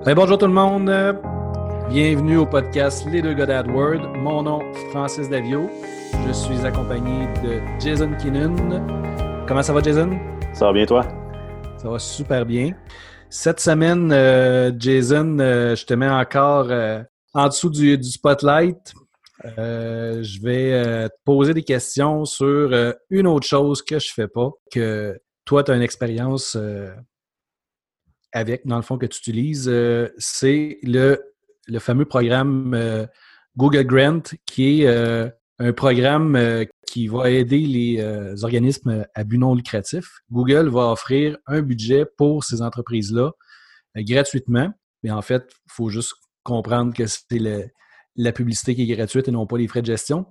Bonjour tout le monde, bienvenue au podcast Les deux gars d'AdWord. Mon nom est Francis Davio, je suis accompagné de Jason Keenan. Comment ça va, Jason? Ça va bien, toi? Ça va super bien. Cette semaine, Jason, je te mets encore en dessous du spotlight. Je vais te poser des questions sur une autre chose que je fais pas, que toi, tu as une expérience avec, dans le fond, que tu utilises, c'est le fameux programme Google Grant, qui est un programme qui va aider les organismes à but non lucratif. Google va offrir un budget pour ces entreprises-là gratuitement. Mais en fait, il faut juste comprendre que c'est la publicité qui est gratuite et non pas les frais de gestion.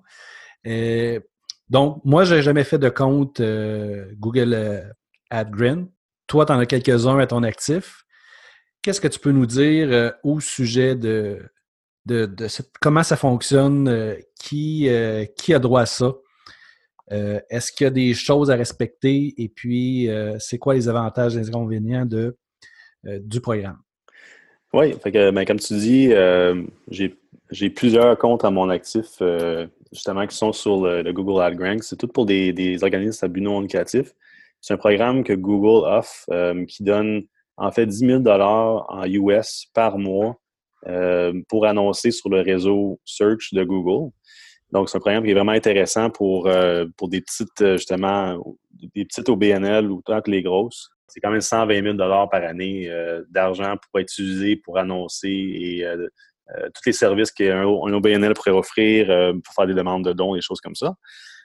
Donc, moi, je n'ai jamais fait de compte Google Ad Grant. Toi, tu en as quelques-uns à ton actif. Qu'est-ce que tu peux nous dire au sujet de comment ça fonctionne, qui a droit à ça? Est-ce qu'il y a des choses à respecter et puis c'est quoi les avantages et les inconvénients du programme? Oui, comme tu dis, j'ai plusieurs comptes à mon actif, justement, qui sont sur le Google Ad Grants. C'est tout pour des organismes à but non lucratif. C'est un programme que Google offre qui donne en fait 10 000 en US par mois pour annoncer sur le réseau Search de Google. Donc, c'est un programme qui est vraiment intéressant pour des petites, justement, des petites OBNL autant que les grosses. C'est quand même 120 000 par année d'argent pour être utilisé pour annoncer et tous les services qu'un OBNL pourrait offrir pour faire des demandes de dons, des choses comme ça.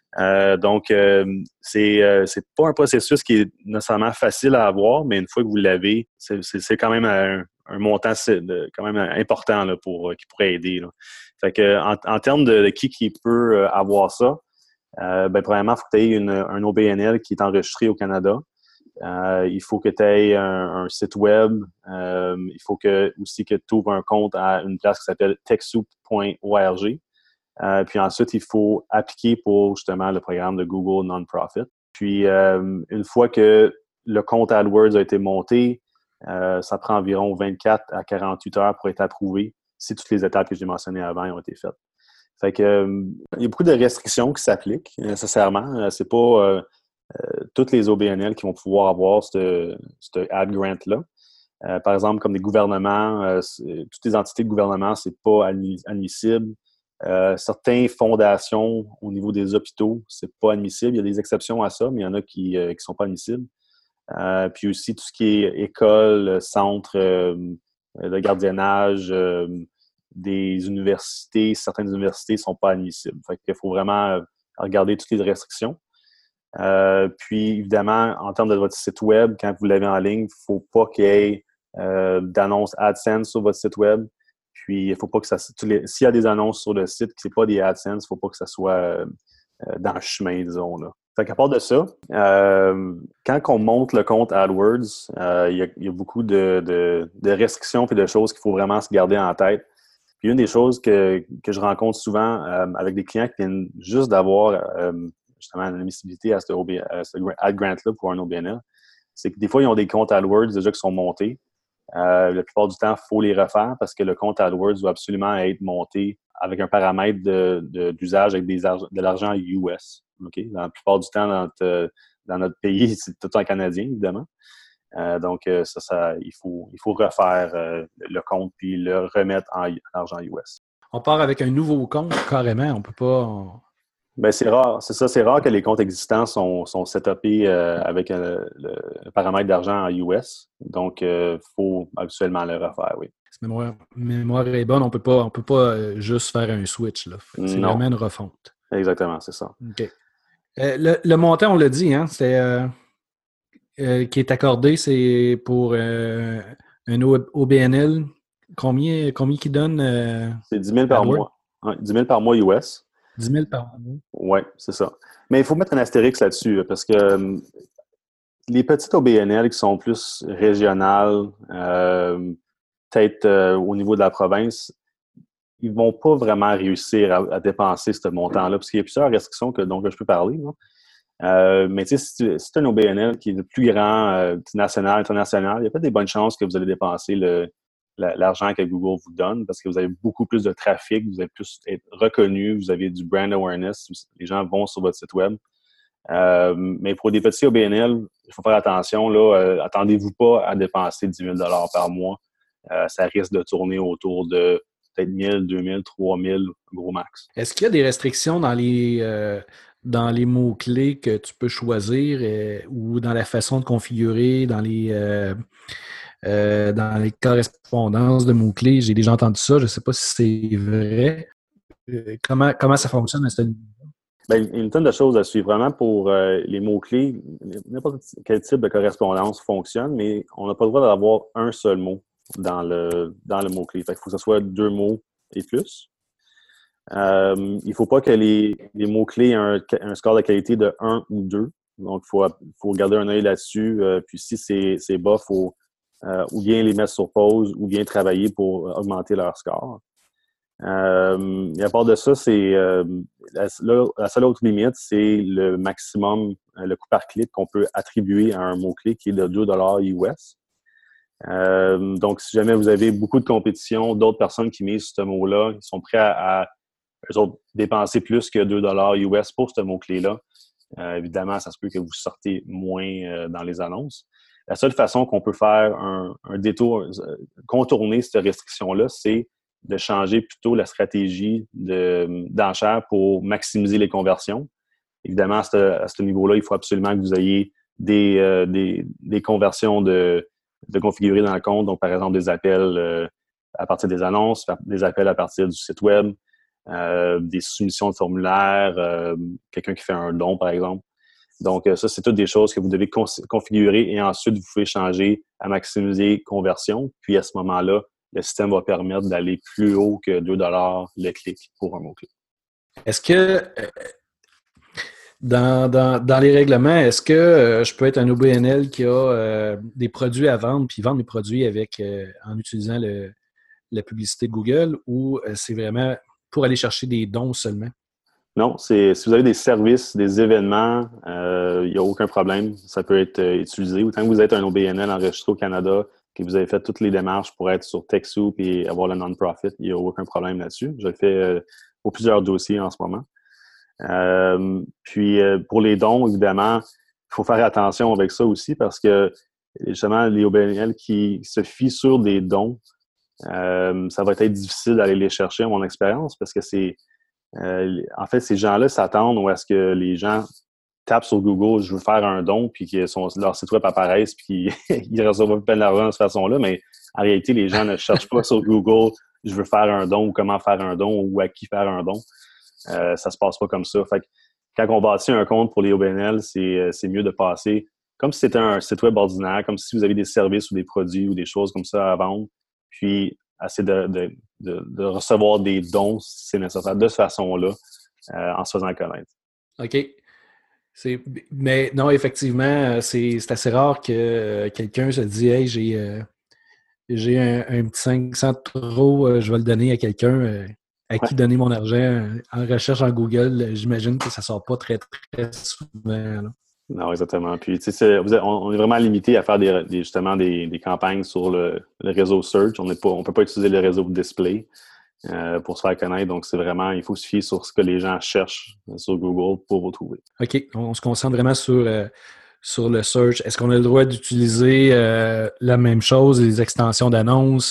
C'est pas un processus qui est nécessairement facile à avoir, mais une fois que vous l'avez, c'est quand même un montant quand même important là, qui pourrait aider. Là. Fait que en termes de qui peut avoir ça, premièrement, il faut que tu aies un OBNL qui est enregistré au Canada. Il faut que tu aies un site web. Il faut aussi que tu ouvres un compte à une place qui s'appelle TechSoup.org. Puis ensuite, il faut appliquer pour justement le programme de Google Non-Profit. Puis une fois que le compte AdWords a été monté, ça prend environ 24 à 48 heures pour être approuvé si toutes les étapes que j'ai mentionnées avant ont été faites. Fait que il y a beaucoup de restrictions qui s'appliquent nécessairement. C'est pas toutes les OBNL qui vont pouvoir avoir ce ad grant-là. Par exemple, comme des gouvernements, toutes les entités de gouvernement, c'est pas admissible. Certaines fondations au niveau des hôpitaux, c'est pas admissible. Il y a des exceptions à ça, mais il y en a qui sont pas admissibles. Puis aussi tout ce qui est école, centre de gardiennage, des universités, certaines universités sont pas admissibles. Fait qu'il faut vraiment regarder toutes les restrictions. Puis évidemment, en termes de votre site web, quand vous l'avez en ligne, il ne faut pas qu'il y ait d'annonces AdSense sur votre site web. Puis, il faut pas que ça. S'il y a des annonces sur le site qui ne sont pas des AdSense, il ne faut pas que ça soit dans le chemin, disons. Là. Fait qu'à part de ça, quand on monte le compte AdWords, il y a beaucoup de restrictions et de choses qu'il faut vraiment se garder en tête. Puis une des choses que je rencontre souvent avec des clients qui viennent juste d'avoir justement l'admissibilité à ce Ad Grant-là pour un OBNL, c'est que des fois, ils ont des comptes AdWords déjà qui sont montés. La plupart du temps, il faut les refaire parce que le compte AdWords doit absolument être monté avec un paramètre d'usage avec de l'argent US. Okay? Dans la plupart du temps, dans notre pays, c'est tout en canadien, évidemment. Il faut refaire le compte puis le remettre en argent US. On part avec un nouveau compte, carrément. On peut pas... Ben, c'est rare. C'est ça, c'est rare que les comptes existants sont setupés avec le paramètre d'argent en US. Donc, il faut absolument le refaire, oui. Si mémoire est bonne, on peut pas juste faire un switch. Là. C'est Non. vraiment une refonte. Exactement, c'est ça. OK. Le montant, on l'a dit, hein, qui est accordé, c'est pour un OBNL. Combien qui donne C'est 10 000 par AdWords? mois. Ouais, 10 000 par mois US. 10 000 par mois. Oui, c'est ça. Mais il faut mettre un astérix là-dessus parce que les petites OBNL qui sont plus régionales, peut-être au niveau de la province, ils vont pas vraiment réussir à dépenser ce montant-là parce qu'il y a plusieurs restrictions dont je peux parler. Mais tu sais, si tu as un OBNL qui est le plus grand national, international, il y a peut-être des bonnes chances que vous allez dépenser le l'argent que Google vous donne parce que vous avez beaucoup plus de trafic, vous allez plus être reconnu, vous avez du brand awareness, les gens vont sur votre site web. Mais pour des petits OBNL, il faut faire attention. Là, attendez-vous pas à dépenser 10 000 par mois. Ça risque de tourner autour de peut-être 1 000, 2 000, 3 000, gros max. Est-ce qu'il y a des restrictions dans les mots-clés que tu peux choisir ou dans la façon de configurer, dans les correspondances de mots-clés? J'ai déjà entendu ça, je ne sais pas si c'est vrai. Comment ça fonctionne à ce niveau? Ben, une tonne de choses à suivre. Vraiment, pour les mots-clés, n'importe quel type de correspondance fonctionne, mais on n'a pas le droit d'avoir un seul mot dans le mot-clé. Fait qu'il faut que ce soit 2 mots et plus. Il ne faut pas que les mots-clés aient un score de qualité de 1 ou 2. Donc, il faut garder un œil là-dessus. Puis si c'est bas, il faut ou bien les mettre sur pause ou bien travailler pour augmenter leur score. Et à part de ça, c'est la seule autre limite, c'est le maximum, le coût par clic qu'on peut attribuer à un mot-clé qui est de 2 US. Donc, si jamais vous avez beaucoup de compétition, d'autres personnes qui misent ce mot-là, ils sont prêts à eux autres, dépenser plus que 2 US pour ce mot-clé-là. Évidemment, ça se peut que vous sortez moins dans les annonces. La seule façon qu'on peut faire un détour, contourner cette restriction-là, c'est de changer plutôt la stratégie d'enchère pour maximiser les conversions. Évidemment, à ce niveau-là, il faut absolument que vous ayez des conversions de configurer dans le compte. Donc, par exemple, des appels à partir des annonces, des appels à partir du site web, des soumissions de formulaires, quelqu'un qui fait un don, par exemple. Donc, ça, c'est toutes des choses que vous devez configurer et ensuite, vous pouvez changer à maximiser conversion. Puis, à ce moment-là, le système va permettre d'aller plus haut que 2 le clic pour un mot-clé. Est-ce que dans les règlements, est-ce que je peux être un OBNL qui a des produits à vendre puis vendre mes produits en utilisant la publicité de Google ou c'est vraiment pour aller chercher des dons seulement? Non, si vous avez des services, des événements, il n'y a aucun problème. Ça peut être utilisé. Autant que vous êtes un OBNL enregistré au Canada, que vous avez fait toutes les démarches pour être sur TechSoup et avoir le non-profit, il n'y a aucun problème là-dessus. Je le fais pour plusieurs dossiers en ce moment. Puis, pour les dons, évidemment, il faut faire attention avec ça aussi parce que, justement, les OBNL qui se fient sur des dons, ça va être difficile d'aller les chercher, à mon expérience, parce que en fait, ces gens-là s'attendent où est-ce que les gens tapent sur Google, je veux faire un don, puis que leur site web apparaisse, puis qu'ils reçoivent plein d'argent de cette façon-là, mais en réalité, les gens ne cherchent pas sur Google, je veux faire un don, ou comment faire un don, ou à qui faire un don. Ça se passe pas comme ça. Fait que quand on bâtit un compte pour les OBNL, c'est mieux de passer comme si c'était un site web ordinaire, comme si vous avez des services ou des produits ou des choses comme ça à vendre, puis essayer de recevoir des dons si c'est nécessaire de cette façon-là, en se faisant connaître. OK. Mais non, effectivement, c'est assez rare que quelqu'un se dise Hey, j'ai un petit 500 de trop, je vais le donner à quelqu'un à qui donner mon argent en recherche en Google. J'imagine que ça ne sort pas très, très souvent. Là. Non, exactement. Puis, tu sais, on est vraiment limité à faire justement des campagnes sur le réseau Search. On peut pas utiliser le réseau Display pour se faire connaître. Donc, c'est vraiment, il faut se fier sur ce que les gens cherchent sur Google pour vous trouver. OK. On se concentre vraiment sur le search. Est-ce qu'on a le droit d'utiliser la même chose, les extensions d'annonces,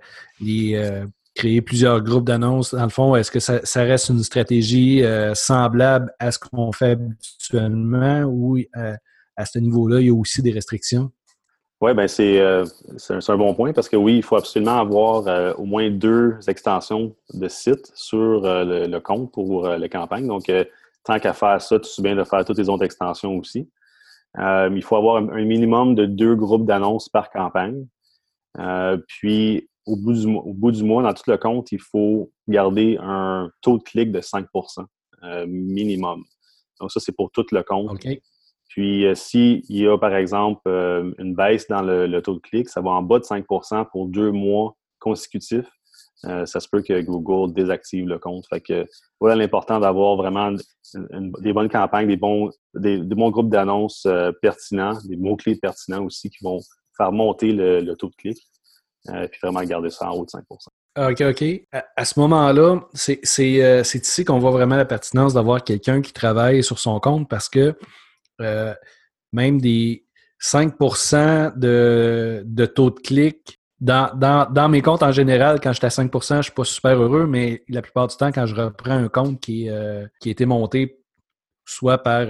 créer plusieurs groupes d'annonces? Dans le fond, est-ce que ça reste une stratégie semblable à ce qu'on fait habituellement ou à ce niveau-là, il y a aussi des restrictions? Oui, ben c'est un bon point parce que oui, il faut absolument avoir au moins 2 extensions de site sur le compte pour les campagnes. Donc, tant qu'à faire ça, tu sais bien de faire toutes les autres extensions aussi. Il faut avoir un minimum de 2 groupes d'annonces par campagne. Puis, au bout du mois, dans tout le compte, il faut garder un taux de clic de 5 minimum. Donc, ça, c'est pour tout le compte. OK. Puis, s'il y a, par exemple, une baisse dans le taux de clic, ça va en bas de 5 pour 2 mois consécutifs. Ça se peut que Google désactive le compte. Fait que voilà l'important d'avoir vraiment des bonnes campagnes, des bons groupes d'annonces pertinents, des mots-clés pertinents aussi qui vont faire monter le taux de clic. puis vraiment garder ça en haut de 5 %. OK. À ce moment-là, c'est ici qu'on voit vraiment la pertinence d'avoir quelqu'un qui travaille sur son compte parce que même des 5 % de taux de clic, dans mes comptes en général, quand j'étais à 5 % je ne suis pas super heureux, mais la plupart du temps, quand je reprends un compte qui a été monté soit par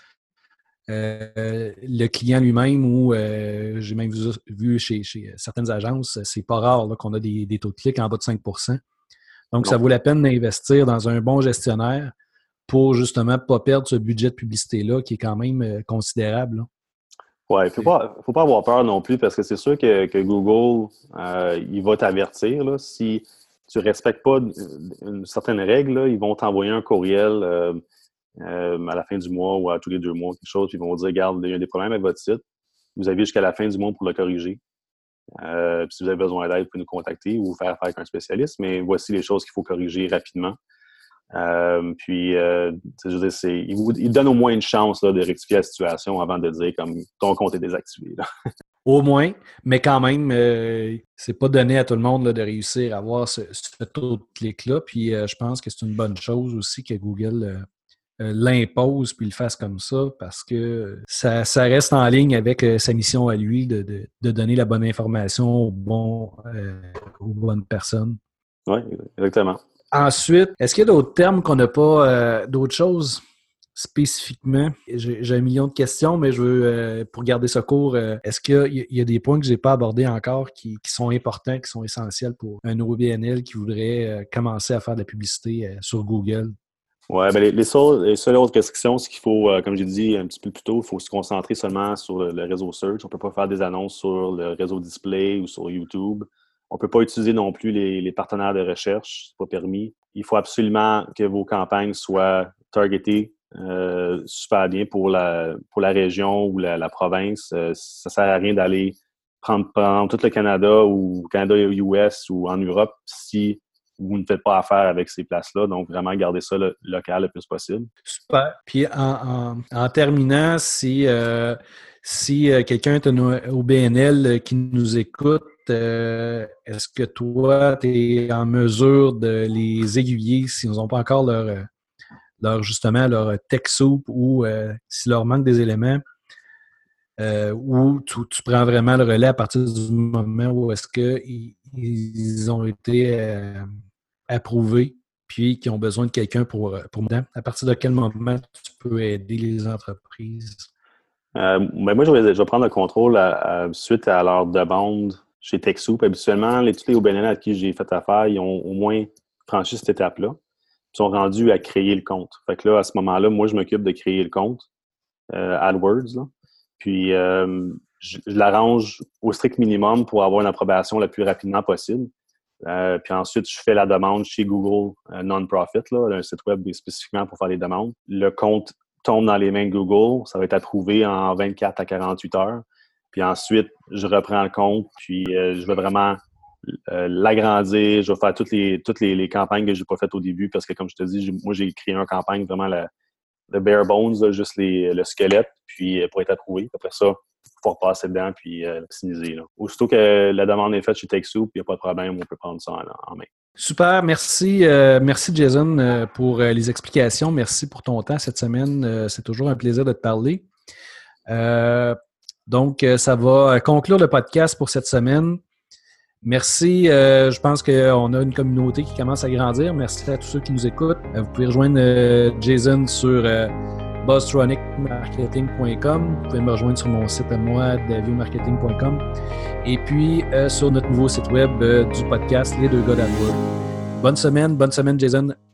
le client lui-même ou j'ai même vu chez certaines agences, c'est pas rare là, qu'on a des taux de clic en bas de 5 %. Donc, ça vaut la peine d'investir dans un bon gestionnaire pour justement ne pas perdre ce budget de publicité-là qui est quand même considérable. Oui, il ne faut pas avoir peur non plus parce que c'est sûr que Google, il va t'avertir. Là, si tu ne respectes pas une certaine règle, là, ils vont t'envoyer un courriel à la fin du mois ou à tous les 2 mois, quelque chose, puis ils vont vous dire, regarde, il y a des problèmes avec votre site. Vous avez jusqu'à la fin du mois pour le corriger. Puis si vous avez besoin d'aide, vous pouvez nous contacter ou faire affaire avec un spécialiste, mais voici les choses qu'il faut corriger rapidement. Je veux dire, il donne au moins une chance là, de rectifier la situation avant de dire comme ton compte est désactivé. Là. Au moins, mais quand même, c'est pas donné à tout le monde là, de réussir à avoir ce taux de clic-là. Puis je pense que c'est une bonne chose aussi que Google l'impose puis le fasse comme ça parce que ça reste en ligne avec sa mission à lui de donner la bonne information aux bonnes personnes. Oui, exactement. Ensuite, est-ce qu'il y a d'autres termes qu'on n'a pas, d'autres choses spécifiquement? J'ai un million de questions, mais je veux, pour garder ça court, est-ce qu'il y a des points que je n'ai pas abordés encore qui sont importants, qui sont essentiels pour un OBNL qui voudrait commencer à faire de la publicité sur Google? Oui, bien, les seules autres restrictions, c'est qu'il faut, comme j'ai dit un petit peu plus tôt, il faut se concentrer seulement sur le réseau search. On ne peut pas faire des annonces sur le réseau display ou sur YouTube. On ne peut pas utiliser non plus les partenaires de recherche. Ce n'est pas permis. Il faut absolument que vos campagnes soient targetées super bien pour la région ou la province. Ça ne sert à rien d'aller prendre tout le Canada ou Canada et US ou en Europe si vous ne faites pas affaire avec ces places-là. Donc, vraiment, garder ça local le plus possible. Super. Puis, en terminant, si quelqu'un est au BNL qui nous écoute, est-ce que toi, tu es en mesure de les aiguiller s'ils n'ont pas encore justement leur tech soup ou s'il leur manque des éléments? Ou tu prends vraiment le relais à partir du moment où est-ce qu'ils ont été approuvés puis qui ont besoin de quelqu'un pour à partir de quel moment tu peux aider les entreprises? Ben moi, je vais prendre le contrôle suite à leur demande chez TechSoup. Habituellement, tous les OBNL à qui j'ai fait affaire, ils ont au moins franchi cette étape-là. Ils sont rendus à créer le compte. Fait que là, à ce moment-là, moi, je m'occupe de créer le compte AdWords. Là. Puis, je l'arrange au strict minimum pour avoir une approbation le plus rapidement possible. Puis ensuite, je fais la demande chez Google Non-Profit, là, un site web spécifiquement pour faire les demandes. Le compte tombe dans les mains de Google. Ça va être approuvé en 24 à 48 heures. Puis ensuite, je reprends le compte, puis je vais vraiment l'agrandir. Je vais faire toutes les campagnes que je n'ai pas faites au début parce que, comme je te dis, moi, j'ai créé une campagne vraiment le bare bones, là, juste le squelette, puis pour être approuvé. Après ça, il faut repasser dedans puis l'optimiser. Aussitôt que la demande est faite chez TechSoup, il n'y a pas de problème, on peut prendre ça en main. Super, merci. Merci Jason pour les explications. Merci pour ton temps cette semaine. C'est toujours un plaisir de te parler. Donc, ça va conclure le podcast pour cette semaine. Merci. Je pense qu'on a une communauté qui commence à grandir. Merci à tous ceux qui nous écoutent. Vous pouvez rejoindre Jason sur buzztronicmarketing.com. Vous pouvez me rejoindre sur mon site à moi, daviomarketing.com. Et puis, sur notre nouveau site web du podcast Les Deux gars d'AdWords. Bonne semaine, Jason.